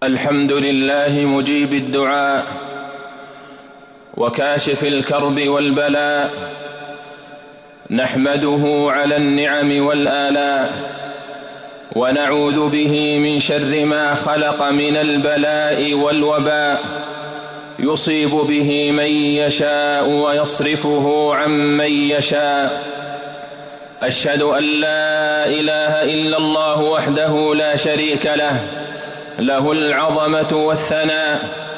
الحمد لله مجيب الدعاء وكاشف الكرب والبلاء، نحمده على النعم والآلاء، ونعوذ به من شر ما خلق من البلاء والوباء، يصيب به من يشاء ويصرفه عن من يشاء. أشهد أن لا إله إلا الله وحده لا شريك له، له العظمة والثناء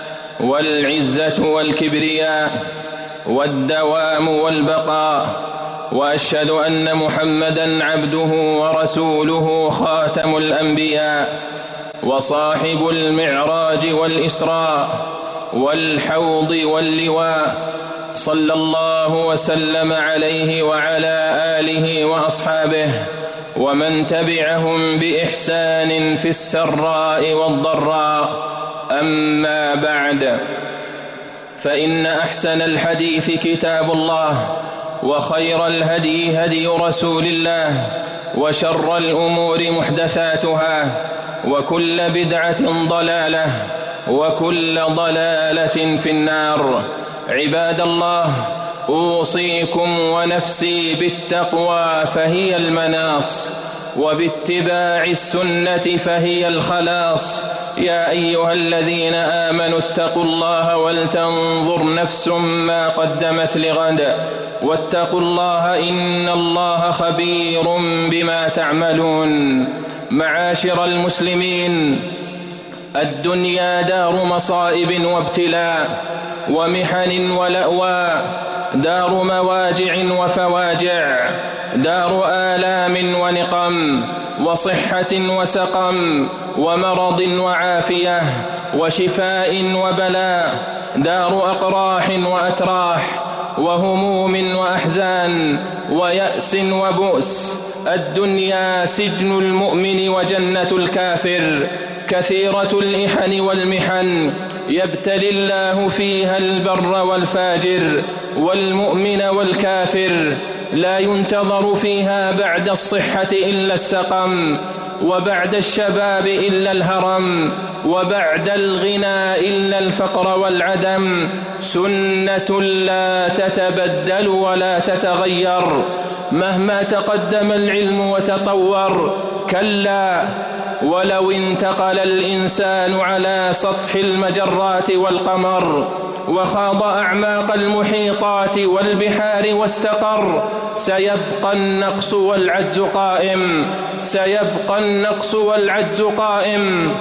والعزة والكبرياء والدوام والبقاء. وأشهد أن محمدًا عبده ورسوله خاتم الأنبياء وصاحب المعراج والإسراء والحوض واللواء، صلى الله وسلم عليه وعلى آله وأصحابه ومن تبعهم بإحسان في السراء والضراء. أما بعد، فإن أحسن الحديث كتاب الله، وخير الهدي هدي رسول الله، وشر الأمور محدثاتها، وكل بدعة ضلالة، وكل ضلالة في النار. عباد الله، أوصيكم ونفسي بالتقوى فهي المناص، وباتباع السنة فهي الخلاص. يا أيها الذين آمنوا اتقوا الله ولتنظر نفس ما قدمت لغد، واتقوا الله إن الله خبير بما تعملون. معاشر المسلمين، الدنيا دار مصائب وابتلاء ومحن ولأواء، دار مواجع وفواجع، دار آلام ونقم، وصحة وسقم، ومرض وعافية، وشفاء وبلاء، دار أقراح وأتراح، وهموم وأحزان، ويأس وبؤس. الدنيا سجن المؤمن وجنة الكافر، كثيرة الإحن والمحن، يبتلي الله فيها البر والفاجر، والمؤمن والكافر. لا ينتظر فيها بعد الصحة إلا السقم، وبعد الشباب إلا الهرم، وبعد الغنى إلا الفقر والعدم. سنة لا تتبدل ولا تتغير مهما تقدم العلم وتطور. كلا، ولو انتقل الإنسان على سطح المجرات والقمر، وخاض أعماق المحيطات والبحار واستقر، سيبقى النقص والعجز قائم، سيبقى النقص والعجز قائم،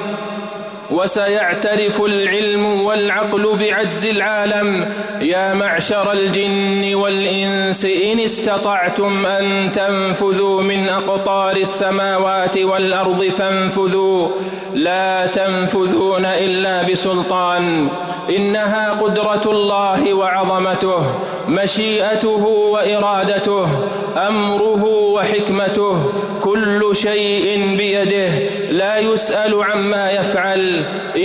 وسيعترف العلم والعقل بعجز العالم. يا معشر الجن والإنس، إن استطعتم أن تنفذوا من أقطار السماوات والأرض فانفذوا، لا تنفذون إلا بسلطان. إنها قدرة الله وعظمته، مشيئته وإرادته، أمره وحكمته، كل شيء بيده، لا يسأل عما يفعل.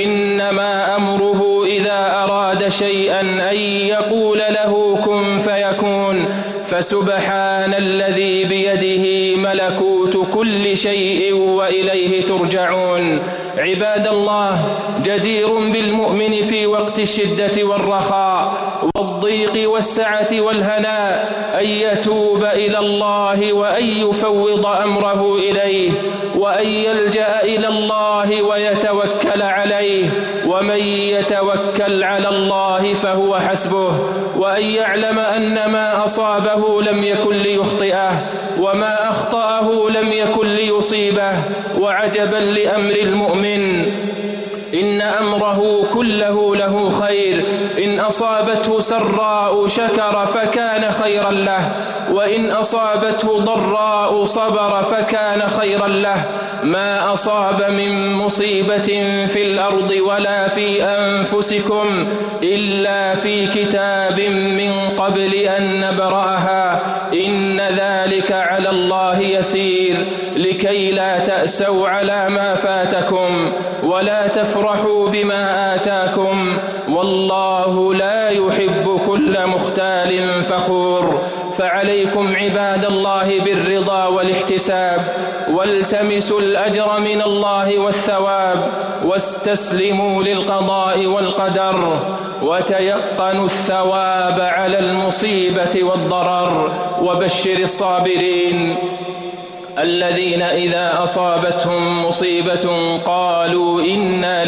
إنما أمره إذا أراد شيئا أن يقول له كن فيكون. فسبحان الذي بيده ملكوت كل شيء وإليه ترجعون. عباد الله، جدير بالمؤمن في وقت الشدة والرخاء والضيق والسعة والهناء أن يتوب إلى الله، وأن يفوض أمره إليه، وأن يلجأ إلى الله ويتوكل عليه. ومن يتوكل على الله فهو حسبه، وأن يعلم أن ما أصابه لم يكن ليخطئه، وما أخطأه لم يكن ليصيبه. وعجبا لأمر المؤمن، إن أمره كله له خير، إن أصابته سراء شكر فكان خيرا له، وإن أصابته ضراء صبر فكان خيرا له. ما أصاب من مصيبة في الأرض ولا في أنفسكم إلا في كتاب من قبل أن نبرأها، إن ذلك على الله يسير. لكي لا تأسوا على ما فاتكم ولا تفرحوا بما آتاكم، والله لا يحب كل مختال فخور. فعليكم عباد الله بالرضا والاحتساب، والتمسوا الأجر من الله والثواب، واستسلموا للقضاء والقدر، وتيقنوا الثواب على المصيبة والضرر. وبشر الصابرين الذين إذا أصابتهم مصيبة قالوا إنا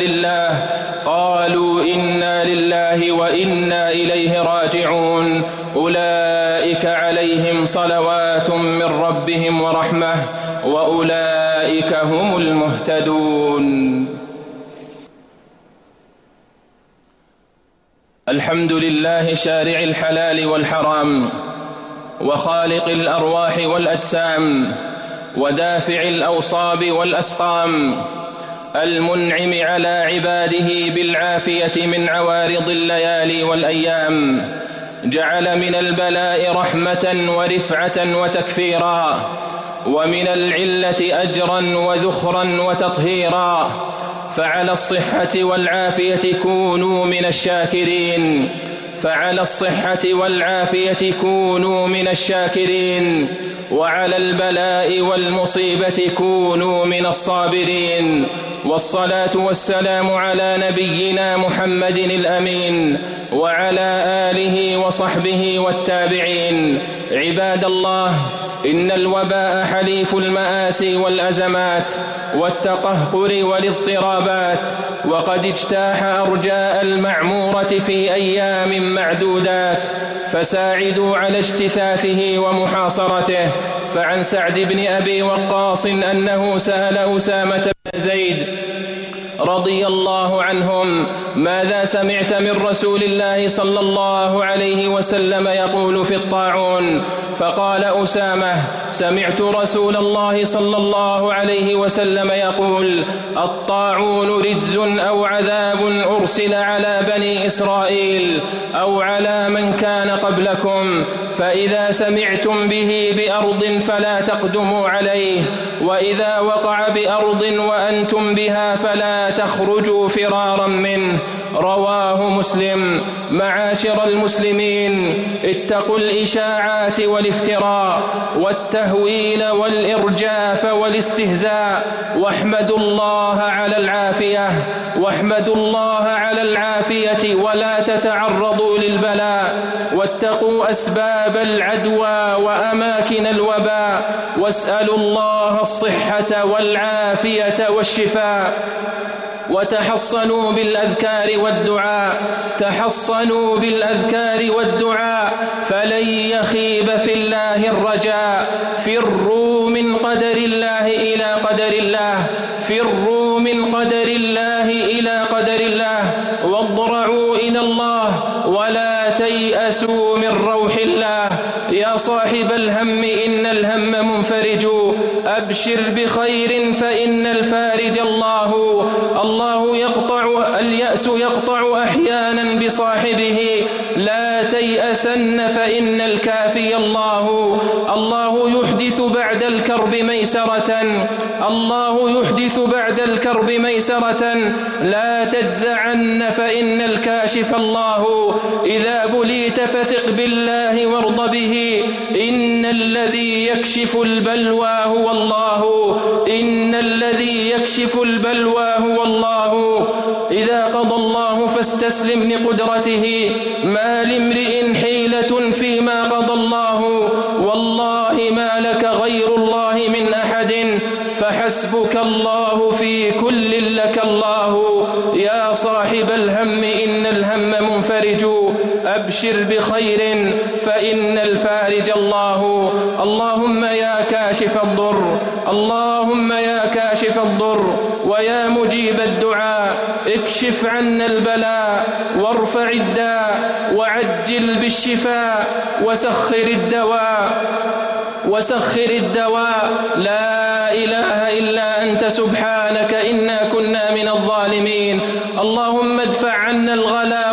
لله وإنا إليه راجعون. أولئك عليهم صلوات من ربهم ورحمة، وأولئك هم المهتدون. الحمد لله شارع الحلال والحرام، وخالق الأرواح والأجسام، ودافع الأوصاب والأسقام، المنعم على عباده بالعافية من عوارض الليالي والأيام، جعل من البلاء رحمة ورفعة وتكفيرا، ومن العلة أجرا وذخرا وتطهيرا. فعلى الصحة والعافية كونوا من الشاكرين، فعلى الصحة والعافية كونوا من الشاكرين، وعلى البلاء والمصيبة كونوا من الصابرين. والصلاة والسلام على نبينا محمد الأمين، وعلى آله وصحبه والتابعين. عباد الله، إن الوباء حليف المآسي والأزمات والتقهقر والاضطرابات، وقد اجتاح أرجاء المعمورة في أيام معدودات، فساعدوا على اجتثاثه ومحاصرته. فعن سعد بن أبي وقاص أنه سأل أسامة بن زيد رضي الله عنهم: ماذا سمعت من رسول الله صلى الله عليه وسلم يقول في الطاعون؟ فقال أسامة: سمعت رسول الله صلى الله عليه وسلم يقول: الطاعون رجز أو عذاب أرسل على بني إسرائيل أو على من كان قبلكم، فإذا سمعتم به بأرض فلا تقدموا عليه، وإذا وقع بأرض وأنتم بها فلا تخرجوا فرارا منه. رواه مسلم. معاشر المسلمين، اتقوا الإشاعات والافتراء والتهويل والإرجاف والاستهزاء، واحمدوا الله على العافية ولا تتعرضوا للبلاء. واتقوا أسباب العدوى وأماكن الوباء، واسألوا الله الصحة والعافية والشفاء. وتحصنوا بالأذكار والدعاء، فلن يخيب في الله الرجاء. فروا من قدر الله إلى قدر الله، فروا من قدر الله إلى قدر الله، واضرعوا إلى الله ولا تيأسوا من روح الله. يا صاحب الهم إن الهم منفرج، أبشر بخير فإن الفارج الله. اليأس يقطع أحيانا بصاحبه، لا تيأسن فإن الكافي الله. الله يحدث بعد الكرب ميسرة، لا تجزعن فإن الكاشف الله. إذا بليت فثق بالله وارض به، إن الذي يكشف البلوى هو الله. إذا قضى الله فاستسلم لقدرته، ما لامرئ حيلة فيما قضى الله. والله ما لك غير الله من أحد، فحسبك الله في كل لك الله. يا صاحب الهم إن الهم منفرج، أبشر بخير فإن الفارج الله. اللهم يا كاشف الضر ويا مجيب الدعاء، اكشف عنا البلاء وارفع الداء وعجل بالشفاء وسخر الدواء. لا إله إلا أنت سبحانك إنا كنا من الظالمين. اللهم ادفع عنا الغلا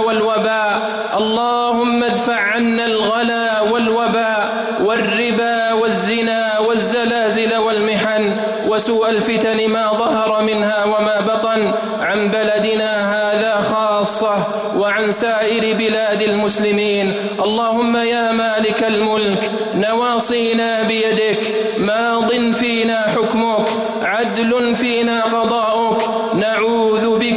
والوباء والربا والزنا والزلازل والمحن وسوء الفتن ما ظهر منها وما بطن، عن بلدنا هذا خاصة وعن سائر بلاد المسلمين. اللهم يا مالك الملك، نواصينا بيدك، ماض فينا حكمك، عدل فينا قضاؤك، نعوذ بك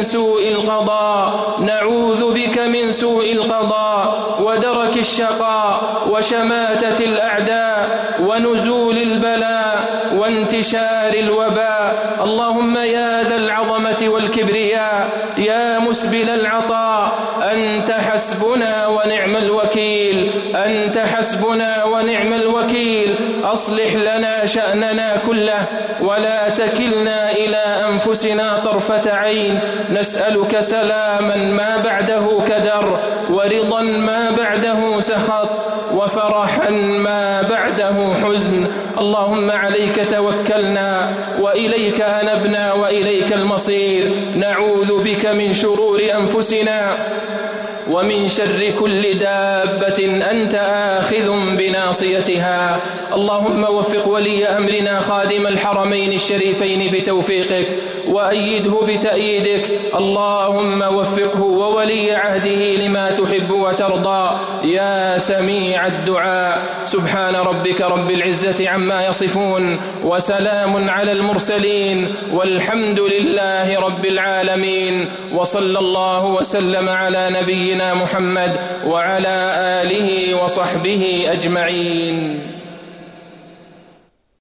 سوء القضاء، نعوذ بك من سوء القضاء ودرك الشقاء وشماتة الأعداء ونزول البلاء وانتشار الوباء. اللهم يا ذا العظمة والكبرياء، يا مسبل العطاء، أنت حسبنا ونعم الوكيل، أنت حسبنا ونعم الوكيل. أصلح لنا شأننا كله ولا تكلنا إلى أنفسنا طرفة عين. نسألك سلاما ما بعده كدر، ورضا ما بعده سخط، وفرحا ما بعده حزن. اللهم عليك توكلنا وإليك أنبنا وإليك المصير. نعوذ بك من شرور أنفسنا ومن شر كل دابة أنت آخذ بناصيتها. اللهم وفق ولي أمرنا خادم الحرمين الشريفين بتوفيقك، وأيده بتأييدك. اللهم وفقه وولي عهده لما تحب وترضى يا سميع الدعاء. سبحان ربك رب العزة عما يصفون، وسلام على المرسلين، والحمد لله رب العالمين. وصلى الله وسلم على نبينا محمد وعلى آله وصحبه أجمعين.